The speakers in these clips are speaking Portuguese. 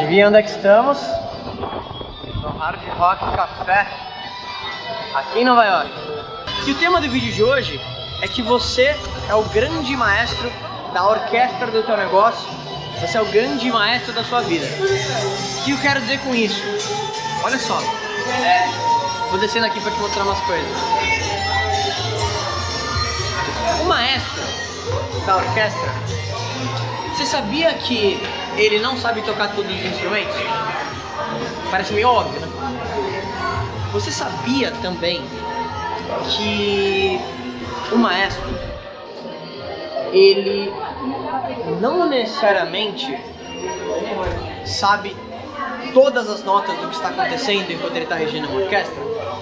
Adivinha onde é que estamos? No Hard Rock Café, aqui em Nova York. E o tema do vídeo de hoje é que você é o grande maestro da orquestra do teu negócio. Você é o grande maestro da sua vida. O que eu quero dizer com isso? Olha só, vou descendo aqui para te mostrar umas coisas. O maestro da orquestra, você sabia que ele não sabe tocar todos os instrumentos? Parece meio óbvio, né? Você sabia também que o maestro, ele não necessariamente sabe todas as notas do que está acontecendo enquanto ele está regindo uma orquestra?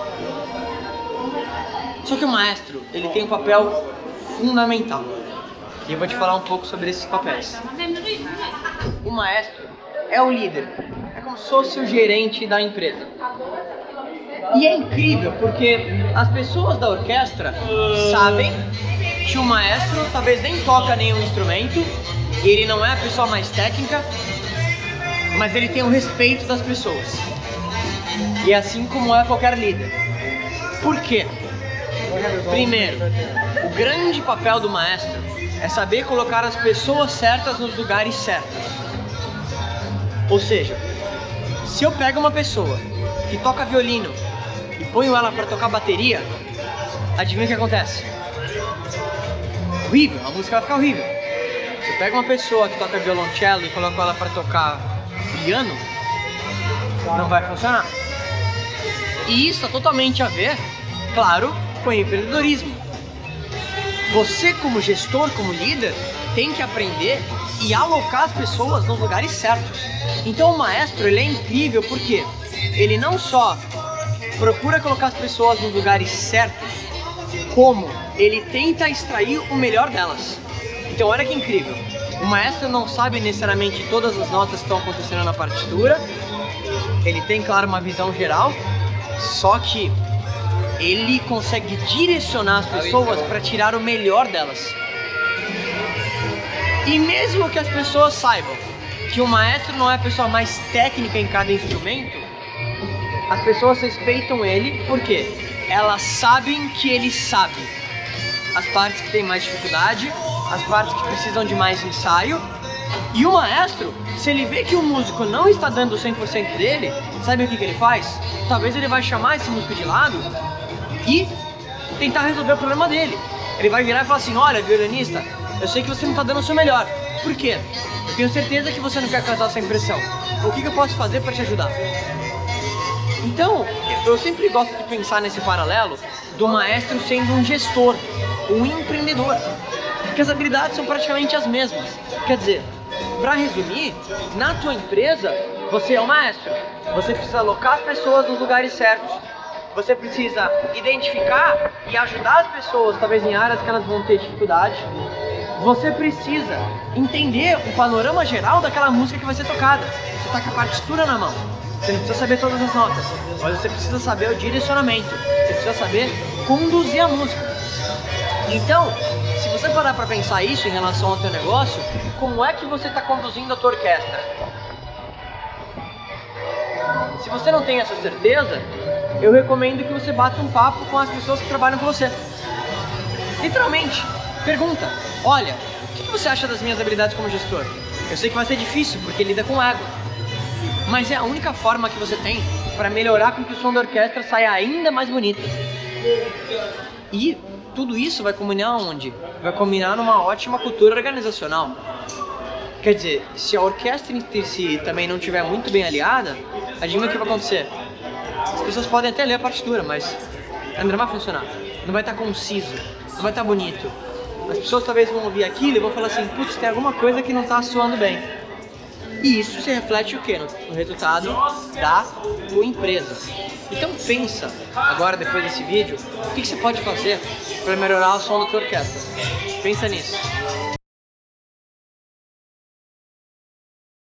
Só que o maestro, ele tem um papel fundamental. E eu vou te falar um pouco sobre esses papéis. O maestro é o líder, é como se fosse o gerente da empresa. E é incrível porque as pessoas da orquestra sabem que o maestro talvez nem toca nenhum instrumento, e ele não é a pessoa mais técnica, mas ele tem o respeito das pessoas. E assim como é qualquer líder. Por quê? Primeiro, o grande papel do maestro é saber colocar as pessoas certas nos lugares certos. Ou seja, se eu pego uma pessoa que toca violino e ponho ela para tocar bateria, adivinha o que acontece? Horrível, a música vai ficar horrível. Se eu pego uma pessoa que toca violoncelo e coloco ela para tocar piano, não vai funcionar. E isso está totalmente a ver, claro, com empreendedorismo. Você, como gestor, como líder, tem que aprender e alocar as pessoas nos lugares certos. Então o maestro, ele é incrível porque ele não só procura colocar as pessoas nos lugares certos, como ele tenta extrair o melhor delas. Então olha que incrível. O maestro não sabe necessariamente todas as notas que estão acontecendo na partitura. Ele tem, claro, uma visão geral, só que ele consegue direcionar as pessoas para tirar o melhor delas. E mesmo que as pessoas saibam que o maestro não é a pessoa mais técnica em cada instrumento, as pessoas respeitam ele porque elas sabem que ele sabe as partes que têm mais dificuldade, as partes que precisam de mais ensaio. E o maestro, se ele vê que o músico não está dando o 100% dele, sabe o que ele faz? Talvez ele vai chamar esse músico de lado e tentar resolver o problema dele. Ele vai virar e falar assim: olha, violinista, eu sei que você não está dando o seu melhor. Por quê? Eu tenho certeza que você não quer causar essa impressão. O que eu posso fazer para te ajudar? Então, eu sempre gosto de pensar nesse paralelo do maestro sendo um gestor, um empreendedor, porque as habilidades são praticamente as mesmas. Quer dizer, para resumir, na tua empresa, você é o maestro. Você precisa alocar as pessoas nos lugares certos. Você precisa identificar e ajudar as pessoas, talvez em áreas que elas vão ter dificuldade. Você precisa entender o panorama geral daquela música que vai ser tocada. Você está com a partitura na mão. Você não precisa saber todas as notas, mas você precisa saber o direcionamento. Você precisa saber conduzir a música. Então, se você parar para pensar isso em relação ao teu negócio, como é que você está conduzindo a tua orquestra? Se você não tem essa certeza, eu recomendo que você bata um papo com as pessoas que trabalham com você. Literalmente, pergunta: olha, o que você acha das minhas habilidades como gestor? Eu sei que vai ser difícil, porque lida com ego, mas é a única forma que você tem para melhorar com que o som da orquestra saia ainda mais bonito. E tudo isso vai culminar onde? Vai culminar numa ótima cultura organizacional. Quer dizer, se a orquestra em si também não estiver muito bem aliada, adivinha o que vai acontecer? As pessoas podem até ler a partitura, mas não vai funcionar. Não vai estar conciso, não vai estar bonito. As pessoas talvez vão ouvir aquilo e vão falar assim: putz, tem alguma coisa que não está soando bem. E isso se reflete o quê? No resultado da tua empresa. Então pensa, agora depois desse vídeo, o que você pode fazer para melhorar o som da tua orquestra. Pensa nisso.